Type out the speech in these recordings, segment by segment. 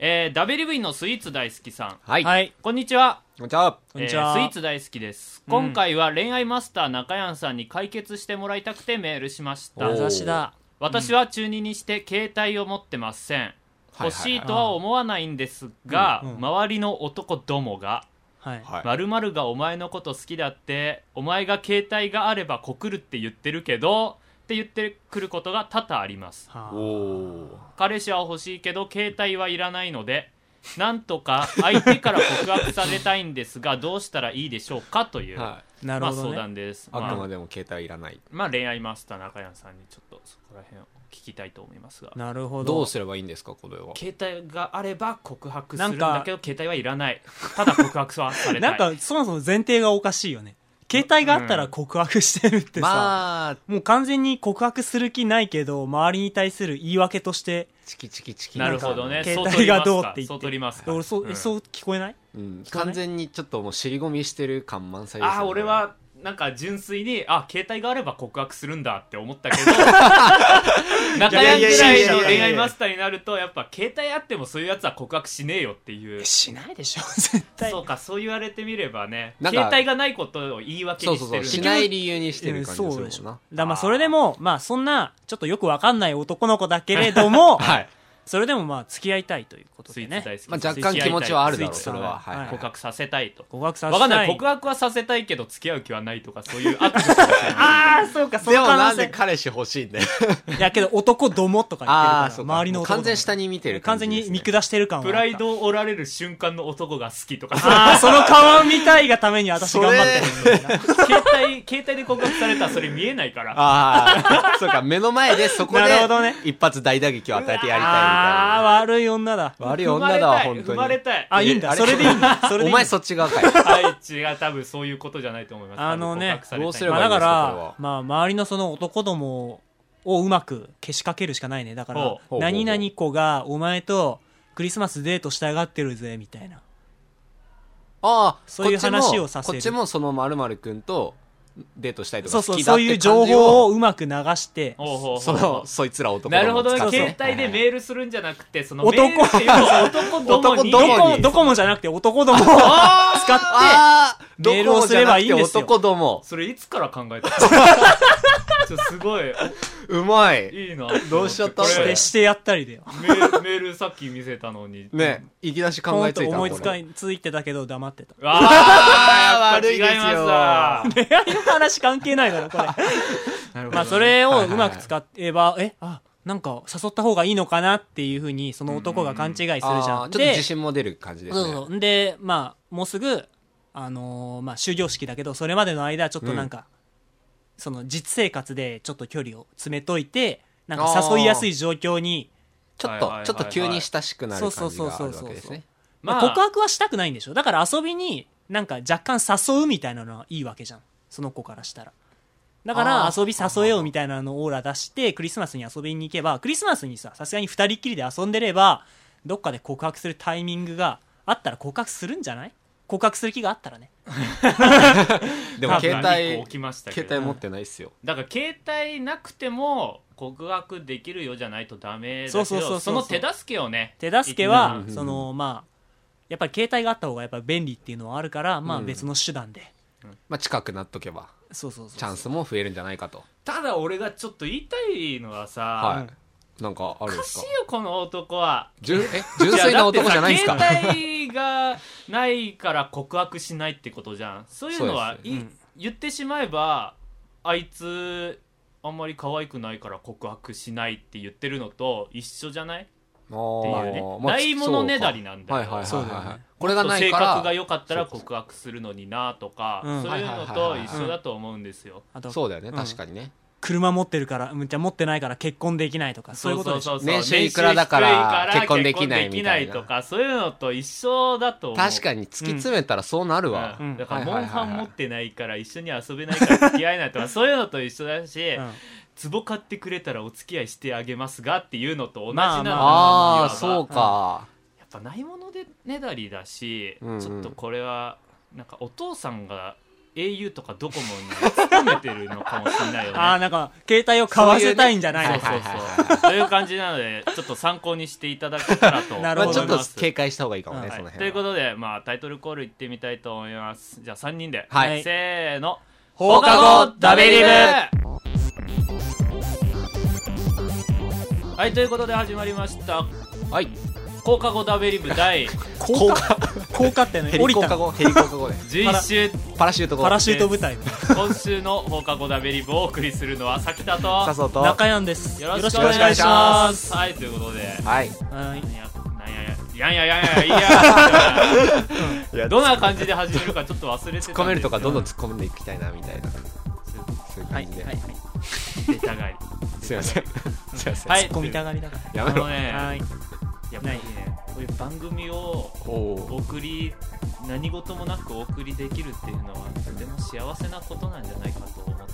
WV のスイーツ大好きさん、 はい、 はい、 こんにちは。 こんにちは。 こんにちは。 スイーツ大好きです。今回は恋愛マスター中谷さんに解決してもらいたくてメールしました。 名指しだ。 私は中2にして携帯を持ってません。欲しいとは思わないんですが、周りの男どもが、〇〇がお前のこと好きだって、お前が携帯があれば告るって言ってるけどって言ってくることが多々あります。彼氏は欲しいけど携帯はいらないので、なんとか相手から告白されたいんですがどうしたらいいでしょうかという、 なるほどね、 相談です。 あくまでも携帯いらない、 恋愛マスター中谷さんにちょっとそこら辺を聞きたいと思いますが。 なるほど。 どうすればいいんですかこれは。 携帯があれば告白するんだけど携帯はいらない、ただ告白はされたい。 なんかそもそも前提がおかしいよね。携帯があったら告白してるってさ、もう完全に告白する気ないけど周りに対する言い訳としてチキチキチキ。 なるほどね。 携帯がどうって言ってそう取りますか。 俺そう聞こえない？ 完全にちょっともう尻込みしてる感満載ですよね。 俺はなんか純粋に携帯があれば告白するんだって思ったけど中谷ぐらいの恋愛マスターになるとやっぱ携帯あってもそういうやつは告白しねえよっていう。 しないでしょ絶対。 そうか、そう言われてみればね、携帯がないことを言い訳にしてる。 しない理由にしてる感じでするもんな。 そうでしょ。だまあそれでもまあそんなちょっとよくわかんない男の子だけれどもそれでもまあ付き合いたいということでね。 若干気持ちはあるだろう。それは告白させたいと。 告白させたい。 わかんない。告白はさせたいけど付き合う気はないとかそういう悪夢。 そうか。 でもなんで彼氏欲しいんだよ。 いやけど男どもとか言ってるから周りの男完全下に見てる感じですね。完全に見下してる感は。 プライドを折られる瞬間の男が好きとか。 その顔見たいがために私頑張ってるんだよな。 携帯で告白されたらそれ見えないから。 そうか、目の前でそこで一発大打撃を与えてやりたいみたいな。 悪い女だ。 悪い女だわ本当に。 踏まれたい。 いいんだ。それでいいんだ。 お前そっち側かい。 違う、多分そういうことじゃないと思います。 ね、 どうすればいいんですか。 だからまあ周りのその男どもをうまくけしかけるしかないね。だから何々子がお前とクリスマスデートしたがってるぜみたいな。そういう話をさせる。 こっちもその〇〇くんとデートしたいとか好きだってそういう情報をうまく流してそいつら男どもなるほど。携帯でメールするんじゃなくてそのメールっていうのを男どもにドコモじゃなくて男どもを使ってメールをすればいいんですよ。 男ども。 それいつから考えたの？すごいうまい。 いいな。 どうしちゃったの？ してやったりだよ。 メールさっき見せたのにね、いきなし考えついたの。 思いついてたけど黙ってた。 悪いですよ。 恋愛の話関係ないだろこれ。まあそれをうまく使えばなんか誘った方がいいのかなっていうふうにその男が勘違いするじゃん。 ちょっと自信も出る感じですね。 そうでまあもうすぐまあ終業式だけどそれまでの間ちょっとなんかその実生活でちょっと距離を詰めといてなんか誘いやすい状況にちょっと急に親しくなる感じがあるわけですね。 まあ告白はしたくないんでしょ。だから遊びになんか若干誘うみたいなのはいいわけじゃんその子からしたら。だから遊び誘えようみたいなのをオーラ出してクリスマスに遊びに行けばクリスマスにさすがに二人っきりで遊んでればどっかで告白するタイミングがあったら告白するんじゃない？告白する気があったらね。 でも携帯持ってないっすよ。 だから携帯なくても告白できるよじゃないとダメだけど、その手助けをね。 手助けはそのまあやっぱり携帯があった方がやっぱ便利っていうのはあるからまあ別の手段で。 まあ近くなっとけばチャンスも増えるんじゃないかと。 ただ俺がちょっと言いたいのはさ、 なんかあるんですか。 おかしいよこの男は。 純粋な男じゃないですか。 携帯がないから告白しないってことじゃん。そういうのは言ってしまえばあいつあんまり可愛くないから告白しないって言ってるのと一緒じゃないっていうね。ないものねだりなんだよ。これがないから性格が良かったら告白するのになとか、そういうのと一緒だと思うんですよ。 そうだよね、確かにね。 車持ってるから持ってないから結婚できないとかそういうことでしょ。 年収いくらだから結婚できないみたいなとかそういうのと一緒だと思う。 確かに突き詰めたらそうなるわ。 だからモンハン持ってないから一緒に遊べないから付き合えないとかそういうのと一緒だし、壺買ってくれたらお付き合いしてあげますがっていうのと同じなの。 ああそうか。 やっぱないものでねだりだし、ちょっとこれはなんかお父さんが au とかドコモに勤めてるのかもしれないよねなんか携帯を買わせたいんじゃないのそうという感じなのでちょっと参考にしていただけたらと思いますちょっと警戒した方がいいかもね、その辺は。 ということで、タイトルコールいってみたいと思います。じゃあ3人で、 はい、 せーの、 放課後ダベリブ。 はい、ということで始まりました。 はい、 放課後ダベリブ第降下ってね、 ヘリ降下後で 11週パラシュート部隊今週の放課後ダベリブをお送りするのはさきたと笹生と中山です。 よろしくお願いします。はい、ということで、 はい、 どんな感じで始めるかちょっと忘れてたんです突っ込めるとかどんどん突っ込んでいきたいなみたいな、そういう感じで、 出たがりすいませんはい、 突っ込みたがりだからやめろやっぱりね、こういう番組を何事もなくお送りできるっていうのはとても幸せなことなんじゃないかと思った。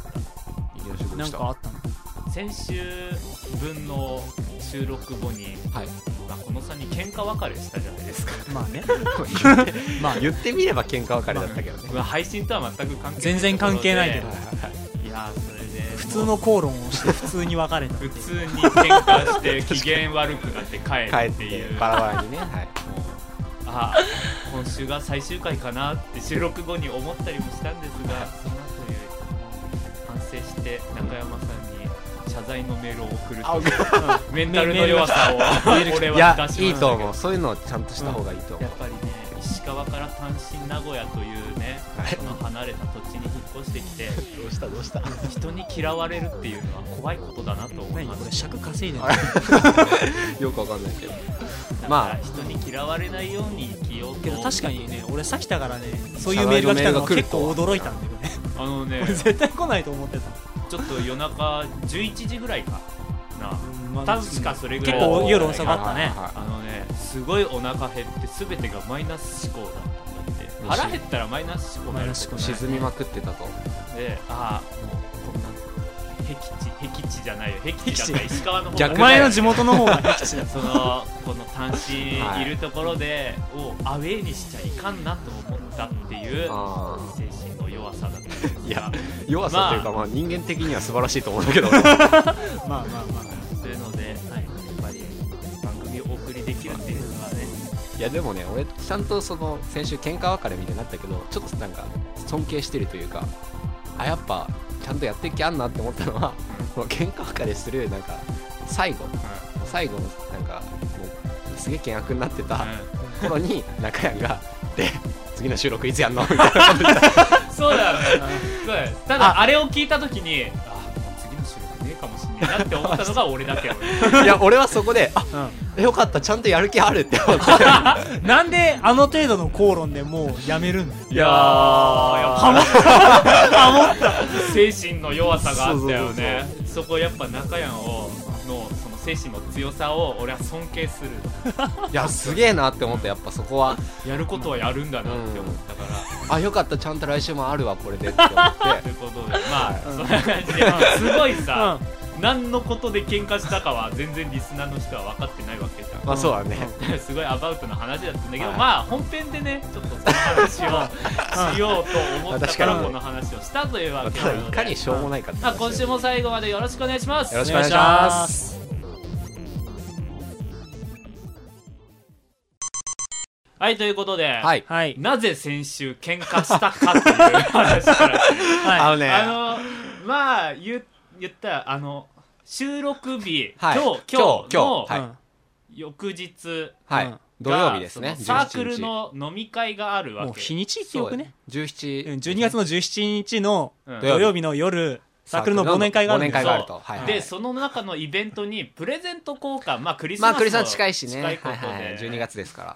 なんかあったの？ 先週分の収録後に、この3人喧嘩別れしたじゃないですか。 まあね言ってみれば喧嘩別れだったけどね、 配信とは全く関係ない、 全然関係ないけど、 いやそれで普通の口論をして普通に別れた普通に喧嘩して機嫌悪くなって帰るっていうバラバラにね、もう今週が最終回かなって収録後に思ったりもしたんですが、その後に反省して中山さんに謝罪のメールを送るとメンタルの弱さを俺は出しましたけど、 いいと思う。そういうのをちゃんとした方がいいと思う。 やっぱりね、石川から単身名古屋というね、その離れた土地に引っ越してきてどうした人に嫌われるっていうのは怖いことだなと思います。 これ尺稼いでるよくわかんないけど、 人に嫌われないように生きようと。 けど確かにね、俺さきたからね、そういうメールが来たのは結構驚いたんだよね。俺絶対来ないと思ってた。 ちょっと夜中11時ぐらいかな、確かそれぐらい結構夜遅かったね。 すごいお腹減って全てがマイナス思考だったんだって。腹減ったらマイナス思考になることない。 沈みまくってたと。 で、もうこんな僻地じゃないよ、僻地だった石川の方がお前の地元の方が僻地だこの単身いるところでアウェーにしちゃいかんなと思ったっていう精神の弱さだったんですが、 いや弱さというか、人間的には素晴らしいと思うんだけどそういうので、やっぱり番組をお送りできるっていうのはね。 いやでもね、俺ちゃんとその先週喧嘩別れみたいになったけど、ちょっとなんか尊敬してるというか、やっぱちゃんとやっていきゃんなって思ったのは、喧嘩別れするなんか最後のなんかもうすげえ険悪になってた頃に中谷がで次の収録いつやんのみたいなこと言ったそうだよね。ただあれを聞いた時に次の収録ねえかもしんねえなって思ったのが俺だけどいや俺はそこでよかった、ちゃんとやる気あるって思ってなんであの程度の口論でもうやめるんだよ。 いやハモった精神の弱さがあったよね。そこやっぱ中山のその精神の強さを俺は尊敬するいやすげえなって思った。やっぱそこはやることはやるんだなって思ったから、 よかった、ちゃんと来週もあるわこれでって思ってということでそんな感じですごいさ、何のことで喧嘩したかは全然リスナーの人は分かってないわけじゃん。 そうだねすごいアバウトな話だったんだけど、本編でねちょっとその話をしようと思ったからこの話をしたというわけなので、 いかにしょうもないかって話。 今週も最後までよろしくお願いします。 よろしくお願いします。 はい、ということで、なぜ先週喧嘩したかっていう話から言ったら収録日、今日の翌日、 土曜日ですね。 サークルの飲み会があるわけ。 もう日にち記憶ね。 12 月の17日の土曜日の夜、サークルの忘年会があるんですよ。 でその中のイベントにプレゼント交換、クリスマス近いしね、 近いことで 12月ですから、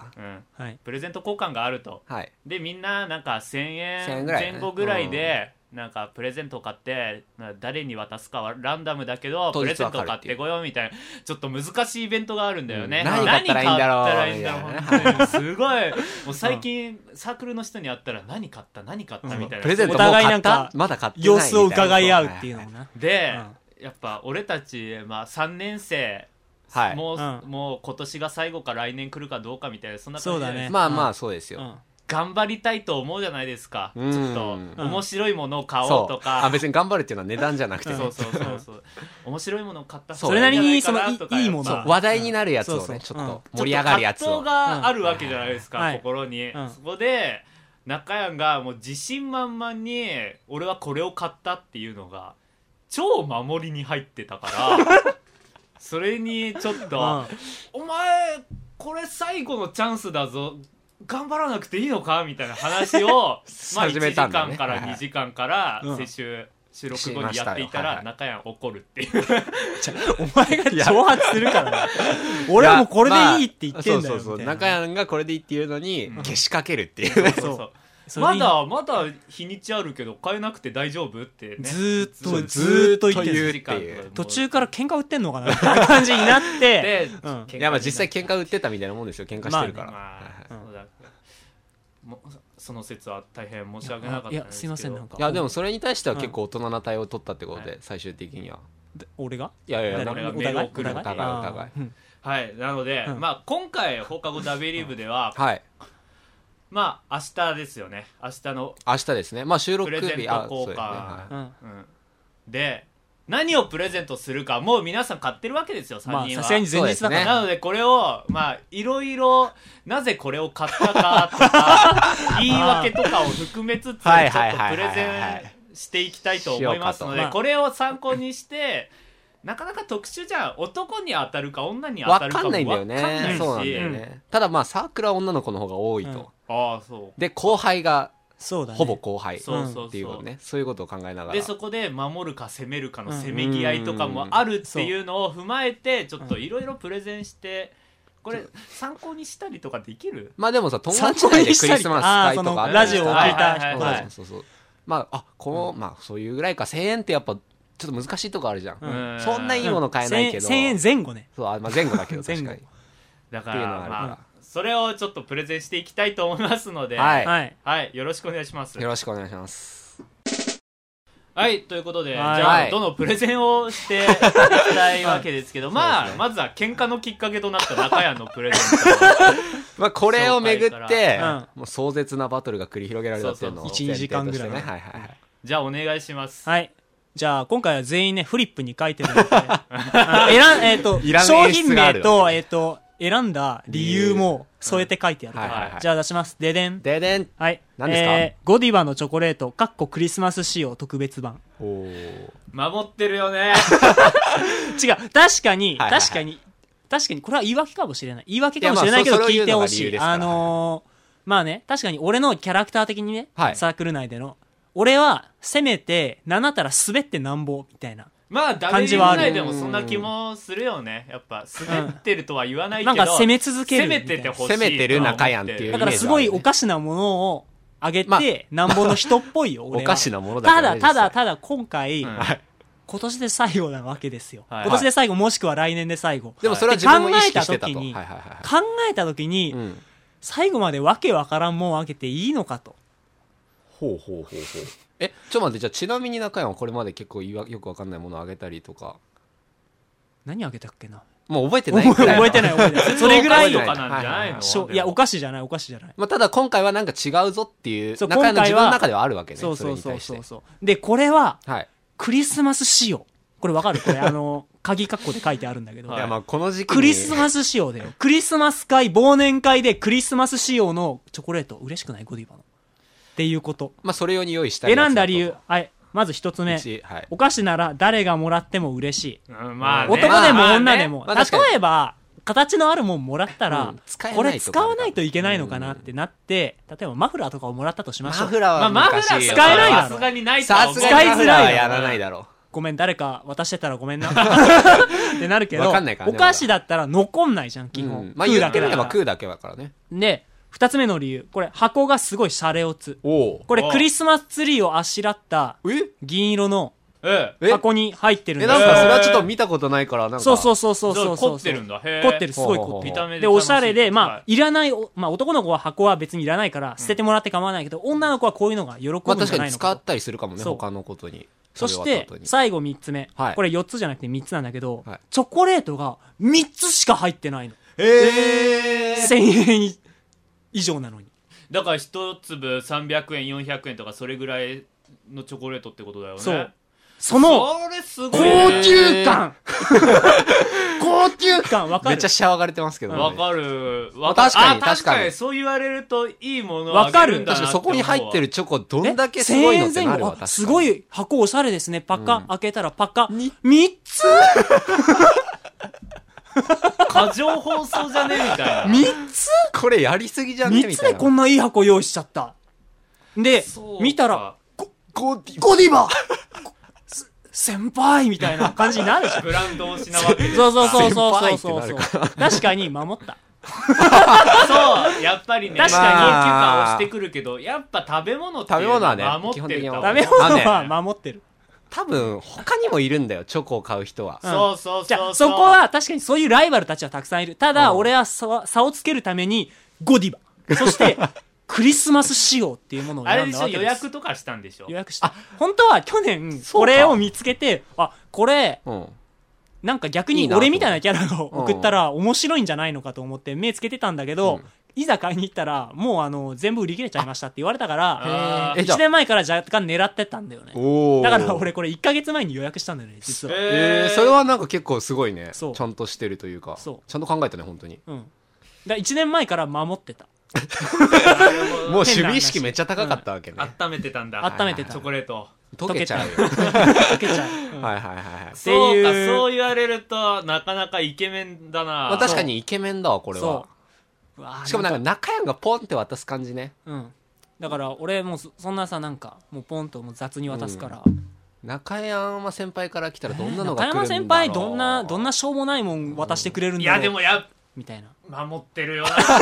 プレゼント交換があると。でみんななんか1000円前後ぐらいでなんかプレゼントを買って誰に渡すかはランダムだけどプレゼントを買ってこようみたいなちょっと難しいイベントがあるんだよね。 何買ったらいいんだろう。 すごいもう最近サークルの人に会ったら何買ったみたいな、 プレゼントお互いなんかまだ買ってない様子を伺い合うっていうのもな。 でやっぱ俺たち3年生もう今年が最後か来年来るかどうかみたいなそんな感じで、 そうですよ。 頑張りたいと思うじゃないですか。ちょっと面白いものを買おうとか、 別に頑張るっていうのは値段じゃなくて、 そう面白いものを買ったそれなりにそのいいもの、 話題になるやつをね、ちょっと盛り上がるやつを、 葛藤があるわけじゃないですか、心に。そこで中山がもう自信満々に俺はこれを買ったっていうのが超守りに入ってたからそれにちょっとお前これ最後のチャンスだぞ、頑張らなくていいのかみたいな話をまあ1時間から2時間から先週収録後にやっていたら中山怒るっていうお前が挑発するからね俺はもうこれでいいって言ってんだよみたいな。 中山がこれでいいって言うのにけしかけるっていうそうまだ日にちあるけど買えなくて大丈夫ってね、 ずーっと言ってるっていう、 途中から喧嘩売ってんのかなみたいな感じになっていやまあ実際喧嘩売ってたみたいなもんですよ。喧嘩してるから、 その説は大変申し訳なかったんですけど、いやすいません、なんかいやでもそれに対しては結構大人な対応を取ったってことで、最終的には俺がいやメールを送るお互いはい。なのでまあ今回放課後ダベリーブでははい、 まあ明日ですよね。明日ですね。まあ収録日プレゼント交換で何をプレゼントするかもう皆さん買ってるわけですよ、3人は。 さすがに前日だから、 なのでこれをまあいろいろなぜこれを買ったかとか言い訳とかを含めつつちょっとプレゼンしていきたいと思いますので、これを参考にしてなかなか特殊じゃん。男に当たるか女に当たるかも分かんないんだよね。 そうなんだよね。ただまあサークルは女の子の方が多いと、 そうで後輩がそうだね、 ほぼ後輩っていうことね。そういうことを考えながらでそこで守るか攻めるかのせめぎ合いとかもあるっていうのを踏まえてちょっといろいろプレゼンしてこれ参考にしたりとかできる？ まあでもさ、友達内でクリスマス会とかラジオを聞いた人、 そうまあまあそういうぐらいか。1000円ってやっぱちょっと難しいとこあるじゃん。そんないいもの買えないけど、 1000円前後ね。 そう、まあ前後だけど確かに。 だからまあそれをちょっとプレゼンしていきたいと思いますので、はいよろしくお願いします。 よろしくお願いします。 はい、ということで、じゃあどのプレゼンをしていきたいわけですけど、まずは喧嘩のきっかけとなった中谷のプレゼントこれをめぐってもう壮絶なバトルが繰り広げられたっていうのを 1,2 時間ぐらいね。 じゃあお願いします。 はい、じゃあ今回は全員ねフリップに書いてるので商品名と選んだ理由も添えて書いてあるから、じゃあ出します。ででん。はい。 何ですか？ ゴディバのチョコレートクリスマス仕様特別版。 守ってるよね。 違う。確かにこれは言い訳かもしれない。言い訳かもしれないけど聞いてほしい。まあね、確かに俺のキャラクター的にね、サークル内での俺はせめてなんだったら滑ってなんぼみたいな。 まあダメージ内でもそんな気もするよね。やっぱ滑ってるとは言わないけど、 なんか攻め続ける、 攻めててほしい、 攻めてる中やんっていうイメージ。 だからすごいおかしなものをあげて、なんぼの人っぽいよ俺は。 おかしなものだからね。 ただ今回、今年で最後なわけですよ。今年で最後もしくは来年で最後。 でもそれは自分も意識してたと。考えた時に最後までわけわからんもんあげていいのかと。 ほう。ちょっと待って、じゃあちなみに中山はこれまで結構よくわかんないものをあげたりとか。 何あげたっけな。 もう覚えてないくらい。 覚えてない。それぐらいとかなんじゃないの？ いやお菓子じゃない。 まあただ今回はなんか違うぞっていう中山の自分の中ではあるわけね。 そう。でこれはクリスマス仕様。これわかる？これ鍵括弧で書いてあるんだけど。 いやまあこの時期にクリスマス仕様だよ。クリスマス会忘年会でクリスマス仕様のチョコレート嬉しくない？ゴディバの。っていうこと。 まあそれ用に用意したい。 選んだ理由。はい。まず一つ目。お菓子なら誰がもらっても嬉しい。男でも女でも。例えば、形のあるもんもらったら、これ使わないといけないのかなってなって、例えばマフラーとかをもらったとしましょう。 マフラーは使えないだろ。 さすがにないと使いづらいやらないだろう。 ごめん、誰か渡してたらごめんな。ってなるけど、お菓子だったら残んないじゃん、基本。 まあ言ってみれば食うだけだからね。 で、二つ目の理由。これ、箱がすごいシャレオツ。これ、クリスマスツリーをあしらった銀色の箱に入ってるんだなんかそれはちょっと見たことないから、なんか。 そう。 凝ってるんだ。 凝ってる、すごい凝ってる。で、おしゃれで、まあ、いらない、まあ、男の子は箱は別にいらないから、捨ててもらって構わないけど、女の子はこういうのが喜ぶんじゃないのか。 まあ確かに使ったりするかもね、他のことに。 そして、最後3つ目。これ4つじゃなくて3つなんだけど、チョコレートが3つしか入ってないの。1000円以上なのに。 だから一粒300円400円とかそれぐらいのチョコレートってことだよね。 そうそのそれすごい高級感高級感わかる。 めっちゃシャワがれてますけどね。 わかる。 確かにそう言われるといいものをあげるんだなって思うわ。 確かにそこに入ってるチョコどんだけすごいのってなるわ。 1000円前後。すごい箱おしゃれですね。パカ、開けたらパカ3つ過剰放送じゃねみたいな。 3つこれやりすぎじゃねみたいな。 3つでこんないい箱用意しちゃった。で見たらゴディバ先輩みたいな感じになるじゃん。 ブランドを失わけそう確かに守ったそうやっぱりね確かに高級感をしてくるけど、やっぱ食べ物っていうのは守ってる。 食べ物は守ってる。 多分他にもいるんだよ、チョコを買う人は。 そうじゃあそこは確かにそういうライバルたちはたくさんいる。ただ俺は差をつけるためにゴディバ、そしてクリスマス仕様っていうものを選んだわけです。 あれでしょ、予約とかしたんでしょ。 予約した。本当は去年これを見つけて、これ、なんか逆に俺みたいなキャラを送ったら面白いんじゃないのかと思って目つけてたんだけど、いざ買いに行ったらもう全部売り切れちゃいましたって言われたから、1年前から若干狙ってたんだよね。だから俺これ1ヶ月前に予約したんだよね、実は。 それはなんか結構すごいね。ちそうゃんとしてるというか、 そうちゃんと考えたね、本当に。 だ1年前から守ってた。 もう守備意識めっちゃ高かったわけね。 温めてたんだ。 温めてた。 チョコレート溶けちゃうよ。 溶けちゃう。 はいはいはい。 そうか、そう言われるとなかなかイケメンだな。 確かにイケメンだわ、これは。しかもなんか中山がポンって渡す感じね。 だから俺もうそんなさ、なんかもうポンともう雑に渡すから。 中山先輩から来たらどんなのが来るんだろう。 中山先輩どんなしょうもないもん渡してくれるんだろう。 いやでもみたいな。 守ってるよ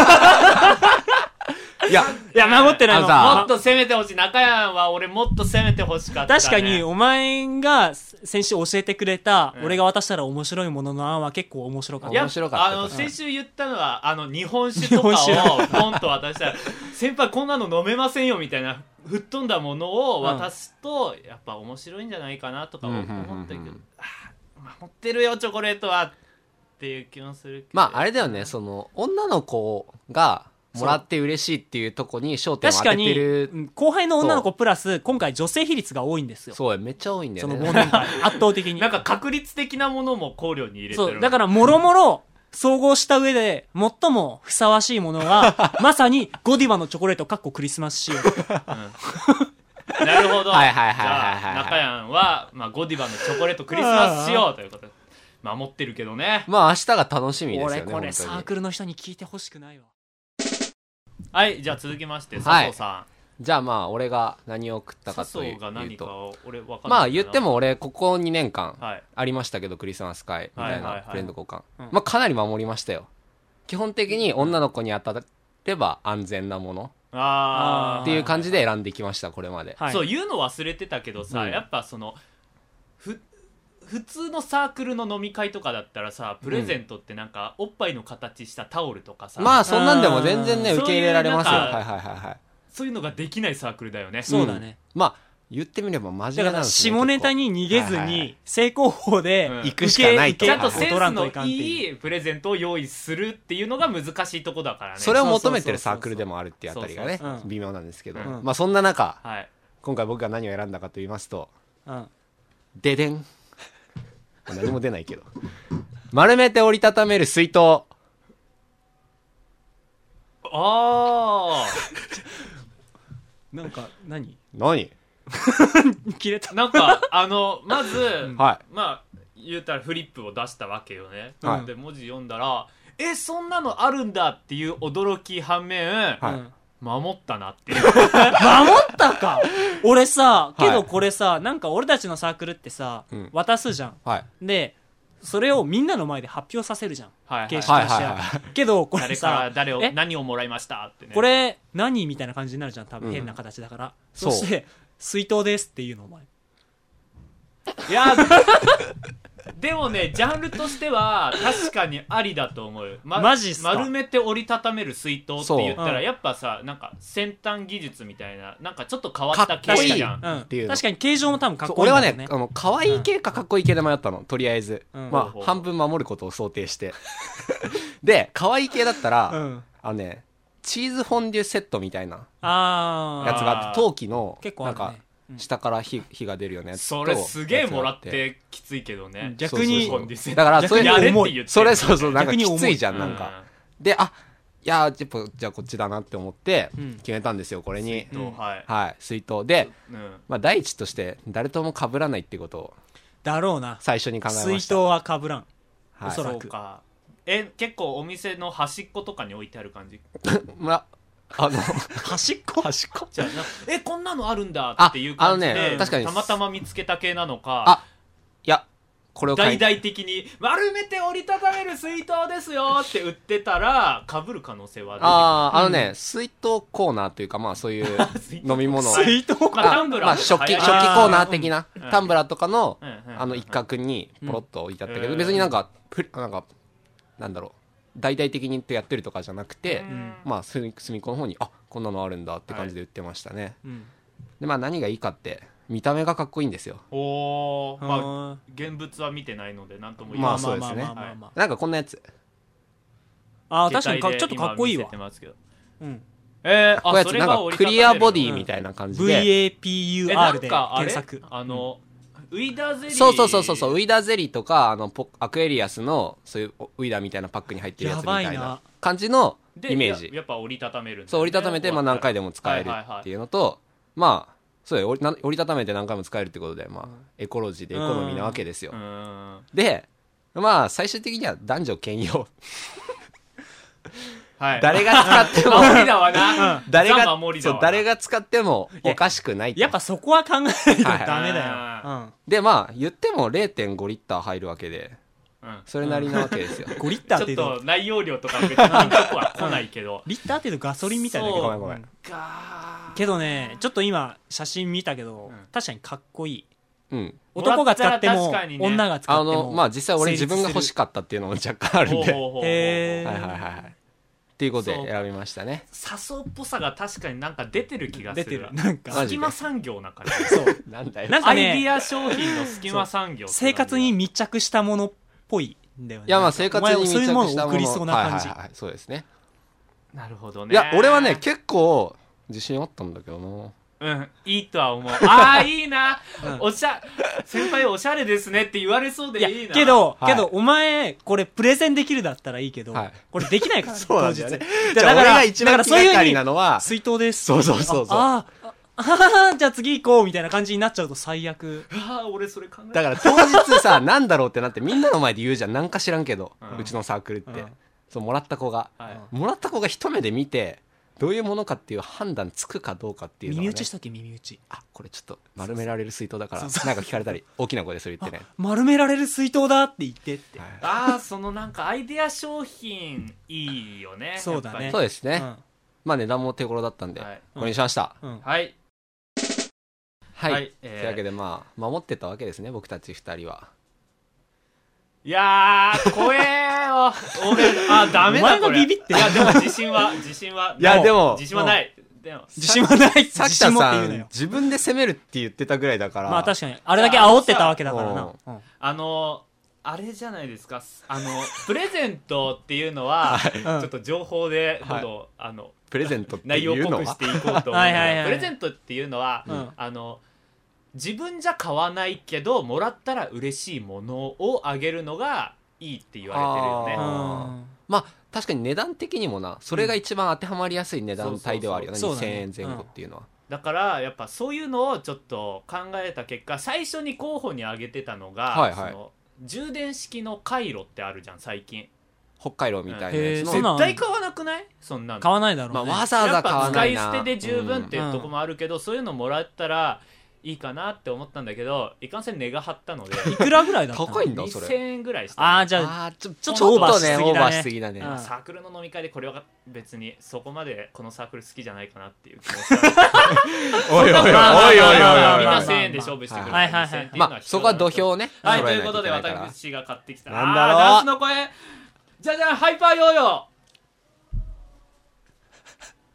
いや守ってないの。 もっと攻めてほしい。中山は俺もっと攻めてほしかった、ね。 確かにお前が先週教えてくれた、俺が渡したら面白いものの案は結構面白かった。 面白かった。 先週言ったのは日本酒とかをポンと渡したら先輩こんなの飲めませんよみたいな吹っ飛んだものを渡すと、やっぱ面白いんじゃないかなとか思ったけど、守ってるよチョコレートはっていう気もするけど。 まああれだよね、その女の子がもらって嬉しいっていうとこに焦点を当ててる。 確かに後輩の女の子プラス今回女性比率が多いんですよ。 そうめっちゃ多いんだよね、 その忘年会圧倒的になんか確率的なものも考慮に入れてる。 そうだからもろもろ総合した上で最もふさわしいものがまさにゴディバのチョコレートクリスマス仕様、 なるほど。 はいはいはいはい。 中山は、ゴディバのチョコレートクリスマス仕様ということで守ってるけどね。 まあ明日が楽しみですよね。 俺これサークルの人に聞いてほしくないわ。 はい、じゃあ続きまして笹生さん。じゃあまあ俺が何を食ったかというと、 笹生が何かを俺分かんない。 まあ言っても俺ここ2年間はいありましたけど、クリスマス会みたいなフレンド交換、 まあかなり守りましたよ。基本的に女の子に当たれば安全なものっていう感じで選んできました、これまで。 そう言うの忘れてたけどさ、やっぱその普通のサークルの飲み会とかだったらさ、プレゼントってなんかおっぱいの形したタオルとかさ、 まあそんなんでも全然ね受け入れられますよ。はいはいはいはい。 そういうのができないサークルだよね。 そうだね。 まあ言ってみれば真面目なんですね。 下ネタに逃げずに正攻法で行くしかないと。 ちゃんとセンスのいいプレゼントを用意するっていうのが難しいとこだからね。 それを求めてるサークルでもあるっていうあたりがね微妙なんですけど、まあそんな中、今回僕が何を選んだかと言いますと、ででん、何も出ないけど、丸めて折りたためる水筒。 なんか何切れた。 なんかまず、 はい、 まあ言うたらフリップを出したわけよね。で文字読んだらそんなのあるんだっていう驚き反面、守ったなっていう。 守ったか。俺さ、けどこれさ、なんか俺たちのサークルってさ、渡すじゃん。でそれをみんなの前で発表させるじゃん、形式としては。けどこれさ、 何をもらいましたってね、 これ何みたいな感じになるじゃん、多分変な形だから。そして水筒ですっていうのお前。 いやでもね、ジャンルとしては確かにありだと思う。 マジっすか。 丸めて折りたためる水筒って言ったら、やっぱさ、なんか先端技術みたいな、なんかちょっと変わった系じゃん。 確かに形状も多分かっこいいんだよね。 俺はね、可愛い系かかっこいい系で迷ったの、とりあえず。まあ半分守ることを想定してで可愛い系だったら、 チーズフォンデュセットみたいなやつあがあって陶器の結構あるねなんか下から火が出るようなやつとそれすげえもらってきついけどね。 逆にそうだからそれやれって言ってそれそうなんか逆に重いきついじゃんなんかでいやじゃあこっちだなって思って決めたんですよこれにはい水筒でまあ第一として誰とも被らないってことをだろうな最初に考えました水筒は被らんおそらくそうか。結構お店の端っことかに置いてある感じ。 ま端っこじゃあこんなのあるんだっていう感じで確かにたまたま見つけた系なのか、 いやこれを大々的に丸めて折りたためる水筒ですよって売ってたら被る可能性は出てくる。水筒コーナーというかまあそういう飲み物水筒タンブラー食器コーナー的なタンブラーとかの一角にポロッと置いてあったけど別になんかなんだろう大々的にやってるとかじゃなくてまあ隅っこの方にこんなのあるんだって感じで売ってましたね。でまあ何がいいかって見た目がかっこいいんですよ。 まあ現物は見てないので何とも言えない。 まあそうですね。なんかこんなやつ確かにちょっとかっこいいわ。 こうやつなんかクリアボディみたいな感じで VAPUR で検索ウィダーゼリーそうウィダーゼリーとかアクエリアスのそういうウィダーみたいなパックに入ってるやつみたいな感じのイメージ。 やっぱ折りたためるんだよね。 そう折りたためてまあ何回でも使えるっていうのとまあそうよ折りたためて何回も使えるってことでまあエコロジーでエコノミーなわけですよ。でまあ最終的には男女兼用誰が使っても誰が使ってもおかしくない。 やっぱそこは考えないとダメだよ。 でまあ言っても 0.5 リッター入るわけでそれなりなわけですよ。 5リッターってちょっと内容量とか別にピンとは来ないけどリッターっていうとガソリンみたいだけどごめんけどねちょっと今写真見たけど確かにかっこいい。男が使っても女が使ってもまあ実際俺自分が欲しかったっていうのも若干あるんでっていうことで選びましたね。 サソっぽさが確かになんか出てる気がする。 出てるなんか隙間産業な感じ。 そうなんだよなんかねアイディア商品の隙間産業生活に密着したものっぽいんだよね。 いやまあ生活に密着したものそういうものを送りそうな感じ。 そうですね。 なるほどね。 いや俺はね結構自信あったんだけどな。 いいとは思う。いいな。先輩おしゃれですねって言われそうでいいな。 けどお前これプレゼンできるだったらいいけどこれできないからそうなんだよね。だから俺が一番気がかりなのは水筒です。 そうじゃあ次行こうみたいな感じになっちゃうと最悪。 俺それ考えだから当日さなんだろうってなってみんなの前で言うじゃん。なんか知らんけどうちのサークルってそうもらった子が一目で見てどういうものかっていう判断つくかどうかっていうのは、ね、 耳打ちしとけ耳打ち。 これちょっと丸められる水筒だからなんか聞かれたり大きな声でそれ言ってね丸められる水筒だって言ってって、 そのなんかアイデア商品いいよね。 そうだね。 そうですね、まあ値段も手頃だったんでこれにしました。 はいというわけでまあ守ってたわけですね僕たち2人は。 いやー怖えよ俺ダメだこれ。お前がビビって。いやでも自信はいやでも自信はない。 自信はない。 さきたさん自分で攻めるって言ってたぐらいだからまあ確かにあれだけ煽ってたわけだからな。 あれじゃないですかプレゼントっていうのはちょっと情報でどんどんプレゼントって内容いうのは濃くしていこうと思う。プレゼントっていうのは自分じゃ買わないけどもらったら嬉しいものをあげるのがいいって言われてるよね。 まあ確かに値段的にもなそれが一番当てはまりやすい値段帯ではあるよね。2000円前後っていうのはだからやっぱそういうのをちょっと考えた結果最初に候補に挙げてたのがその充電式のカイロってあるじゃん最近。 北海道みたいなやつの絶対買わなくない？そんなの買わないだろうね。 わざわざ買わないな。 やっぱ使い捨てで十分っていうとこもあるけどそういうのもらったらいいかなって思ったんだけどいかんせん値が張ったのでいくらぐらいだったの？ 高いんだそれ。 2000円ぐらいした。 じゃあちょっとオーバーしすぎだね。 サークルの飲み会でこれは別にそこまでこのサークル好きじゃないかなっていう気持ちおいおいおいおいおいみんな1000円で勝負してくる。 まあそこは土俵ね。 はいということで私が買ってきたなんだろうダンスの声じゃじゃんハイパーヨーヨー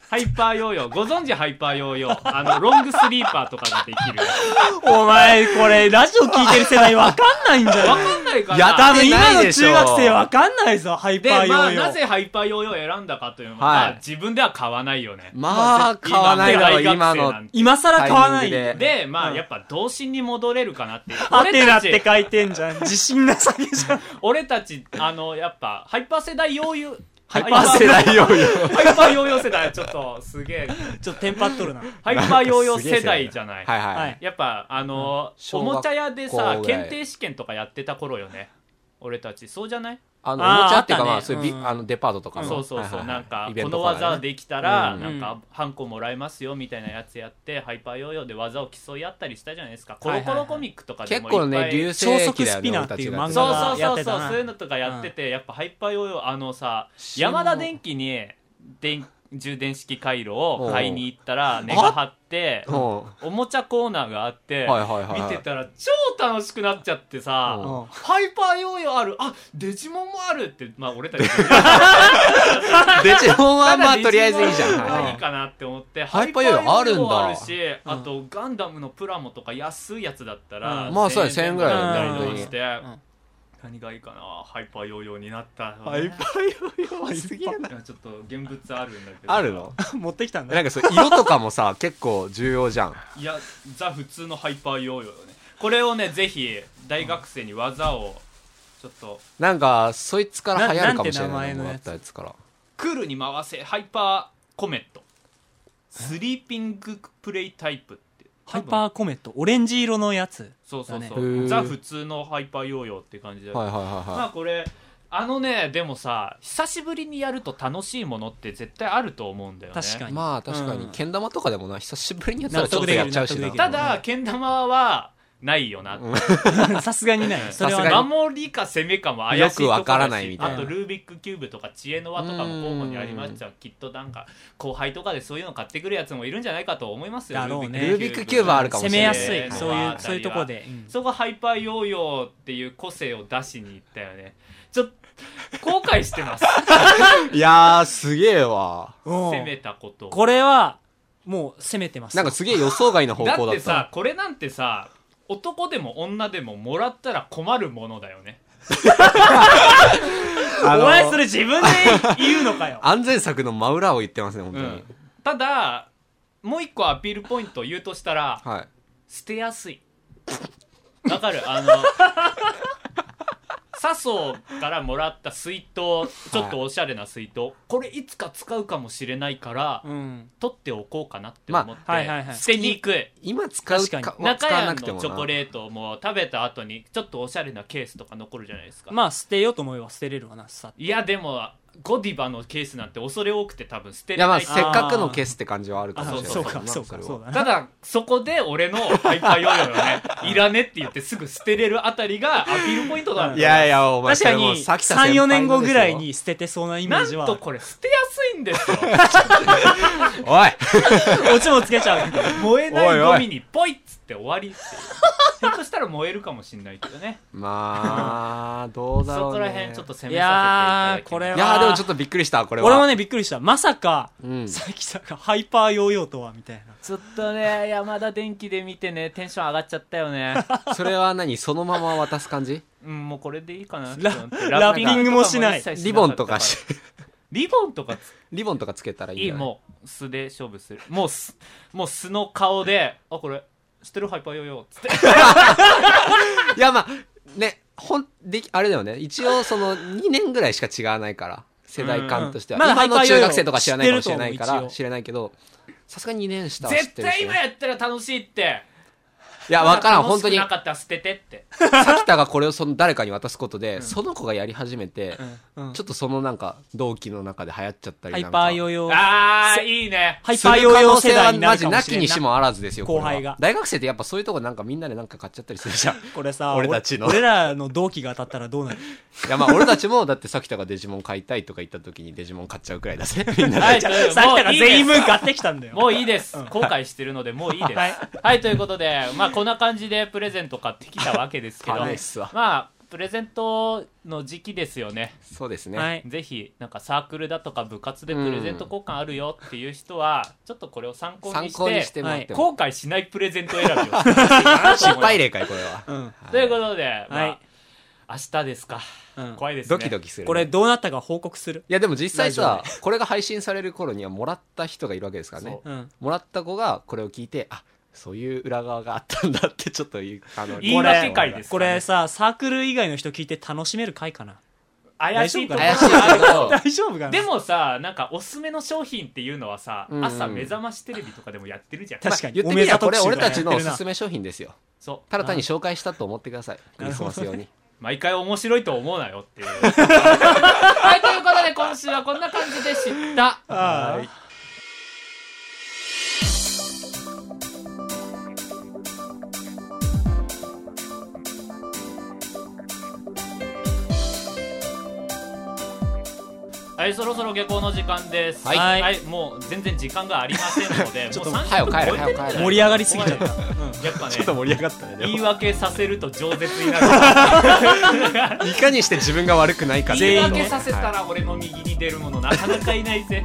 ハイパーヨーヨーご存知？ハイパーヨーヨーロングスリーパーとかができるお前これラジオ聞いてる世代わかんないんじゃない？ わかんないかな。 や多分今の中学生わかんないぞ。ハイパーヨーヨー。 で、なぜハイパーヨーヨーを選んだかというのは、 はい、 自分では買わないよね。 買わないだろ今の今更買わない。 で、やっぱ童心に戻れるかなっていう。 ハテナって書いてんじゃん。自信なさげじゃん。 俺たちやっぱハイパー世代ヨーヨーハイパー世代ヨーヨーハイパーヨーヨー世代ちょっとすげえちょっとテンパっとるな。 ハイパーヨーヨー世代じゃない。 はいはい。 やっぱおもちゃ屋でさ検定試験とかやってた頃よね。俺たちそうじゃない？ おもちゃっていうかそういうデパートとかのそうなんかこの技できたらなんかハンコもらえますよみたいなやつやってハイパーヨーヨーで技を競い合ったりしたじゃないですか。コロコロコミックとかでもいっぱい結構ね流星超速スピナーっていう漫画がやってたな。 そういうのとかやっててやっぱハイパーヨーヨーさ山田電機に充電式回路を買いに行ったら値が張っておもちゃコーナーがあって見てたら超楽しくなっちゃってさハイパーヨーヨーあるデジモンもあるって俺たちデジモンはとりあえずいいじゃんいいかなって思ってハイパーヨーヨーあるんだ。 あるしあとガンダムのプラモとか安いやつだったらそうや1000円ぐらいだったりして何がいいかな。ハイパーヨーヨーになった、 ハイパーヨーヨーすぎるな。 ちょっと現物あるんだけど。 あるの？ 持ってきたんだ。 なんか色とかもさ結構重要じゃん。 いやザ普通のハイパーヨーヨーよね。これをねぜひ大学生に技をちょっとなんかそいつから流行るかもしれないのもらったやつから。 クールに回せハイパーコメットスリーピングプレイタイプ。 ハイパーコメットオレンジ色のやつ。 そうザ普通のハイパーヨーヨーって感じで、これでもさ久しぶりにやると楽しいものって絶対あると思うんだよね。 確かに確かにけん玉とかでもな久しぶりにやったらちょっとやっちゃうしな。 ただけん玉はないよな。 さすがにない。 それは守りか攻めかも怪しいところだし、 よくわからないみたいな。 あとルービックキューブとか知恵の輪とかも候補にありました。きっとなんか後輩とかでそういうの買ってくるやつもいるんじゃないかと思いますよ。 だろうね。 ルービックキューブはあるかもしれない。 攻めやすいそういうとこで。 そこハイパーヨーヨーっていう個性を出しに行ったよね。ちょっと後悔してます。 いやーすげえわ。 攻めたこと。 これはもう攻めてます。 なんかすげえ予想外の方向だった。 だってさこれなんてさ。男でも女でももらったら困るものだよね。 お前それ自分で言うのかよ。 安全策の真裏を言ってますね本当に。 ただもう一個アピールポイントを言うとしたら、捨てやすい。わかる？笹生からもらった水筒、ちょっとおしゃれな水筒、これいつか使うかもしれないから、取っておこうかなって思って、捨てにくい。 今使うか中屋のチョコレートも食べた後にちょっとおしゃれなケースとか残るじゃないですか。 捨てようと思えば捨てれるわな。 いやでもゴディバのケースなんて恐れ多くて多分捨てれない。 せっかくのケースって感じはあるかもしれない。 そうか。 ただそこで俺のハイパーヨーヨーがねいらねって言ってすぐ捨てれるあたりがアピールポイントだ。 いやお前確かに 3,4 年後ぐらいに捨ててそうなイメージは。 なんとこれ捨てやすいんですよ。 おいオチもつけちゃう。 燃えないゴミにポイッつって終わりっていう。ひょっとしたら燃えるかもしれないけどね。 どうだろうね。 そこら辺ちょっと攻めさせていただきます。 これは。 いやでもちょっとびっくりしたこれは。 俺もねびっくりした。まさかさきさんがハイパーヨーヨーとはみたいな。 ちょっとね山田電機で見てねテンション上がっちゃったよね。 それは何そのまま渡す感じ？ もうこれでいいかな。 ラッピングもしない。 リボンとかリボンとかつけたらいいんじゃない？ もう素で勝負する。もう素の顔でこれ知ってるハイパーヨーヨーっつって。 いやねあれだよね。一応その2年ぐらいしか違わないから世代間としては。今の中学生とか知らないかもしれないから知れないけど、さすがに2年下は知ってるし、ね。 絶対今やったら楽しいって。 いや分からん本当に。 楽しくなかったら捨ててって。 咲田がこれを誰かに渡すことで、その子がやり始めて、ちょっとそのなんか同期の中で流行っちゃったりなんか。 ハイパーヨーヨー。 いいね。 ハイパーヨーヨー世代になるかもしれない。 マジなきにしもあらずですよ。 後輩が。 大学生ってやっぱそういうとこなんかみんなでなんか買っちゃったりするじゃん。 これさ、 俺たちの。 俺らの同期が当たったらどうなる？ いや俺たちもだって咲田がデジモン買いたいとか言った時にデジモン買っちゃうくらいだぜ。みんなで。 咲田が全員分買ってきたんだよ。 もういいです。後悔してるのでもういいです。はいということでこんな感じでプレゼント買ってきたわけですけど、 プレゼントの時期ですよね。 そうですね、 はい、 ぜひなんかサークルだとか部活でプレゼント交換あるよっていう人はちょっとこれを参考にして後悔しないプレゼント選びを失敗例かいこれは、 ということで、明日ですか、怖いですね。 ドキドキする、 これどうなったか報告する。 いやでも実際さ、これが配信される頃にはもらった人がいるわけですからね。もらった子がこれを聞いて、あ、そういう裏側があったんだってちょっと言い訳会ですかね。 これさ、サークル以外の人聞いて楽しめる会かな。 怪しいと思う。 大丈夫かな。 でもさ、なんかおすすめの商品っていうのはさ、朝目覚ましテレビとかでもやってるじゃん。 確かに。 言ってみればこれ俺たちのおすすめ商品ですよ。 そう。 ただ単に紹介したと思ってください。クリスマス用に。 毎回面白いと思うなよっていう。はい、ということで今週はこんな感じでした。はい。はい、そろそろ下校の時間です。はい、もう全然時間がありませんので、 ちょっと早く帰れ。 盛り上がりすぎちゃった。 やっぱね、 ちょっと盛り上がったね。 言い訳させると饒舌になる。 いかにして自分が悪くないか。 言い訳させたら俺の右に出るものなかなかいないぜ。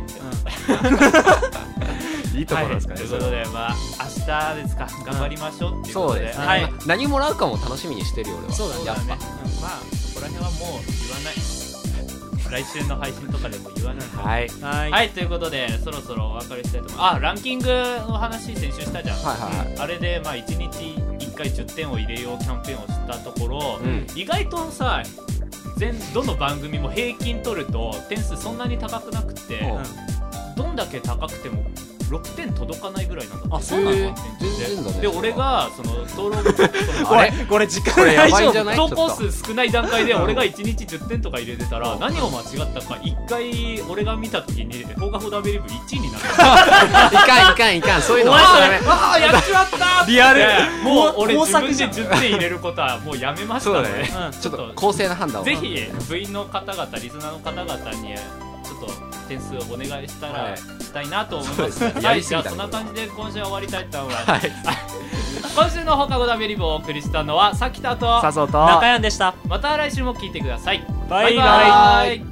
いいところですかね。 ということで、まあ明日ですか、頑張りましょうっていうことで、 はい。何もらうかも楽しみにしてるよ俺は。 そうだね。 まあここら辺はもう言わない。来週の配信とかでも言わない。はい、ということでそろそろお別れしたいと思います。ランキングの話先週したじゃん。あれでまあ1日1回10点を入れようキャンペーンをしたところ、意外とさ、どの番組も平均取ると点数そんなに高くなくて、どんだけ高くても6点届かないぐらいなんだって。 あ、そうなんだ。 で、俺がその登録これ時間大丈夫。 投稿数少ない段階で俺が1日10点とか入れてたら、何を間違ったか1回俺が見た時に放課後ダベリブ1位になった。 いかんそういうのはダメ。 ああ、やっちまったリアル。 もう俺自分で10点入れることはもうやめましたので、 ちょっと公正な判断をぜひ部員の方々、リスナーの方々にちょっと点数をお願いしたいなと思います。はい、じゃあそんな感じで今週は終わりたいと思います。今週の放課後ダベリブをお送りしたのはさきたと佐藤と中山でした。 また来週も聞いてください。 バイバイ。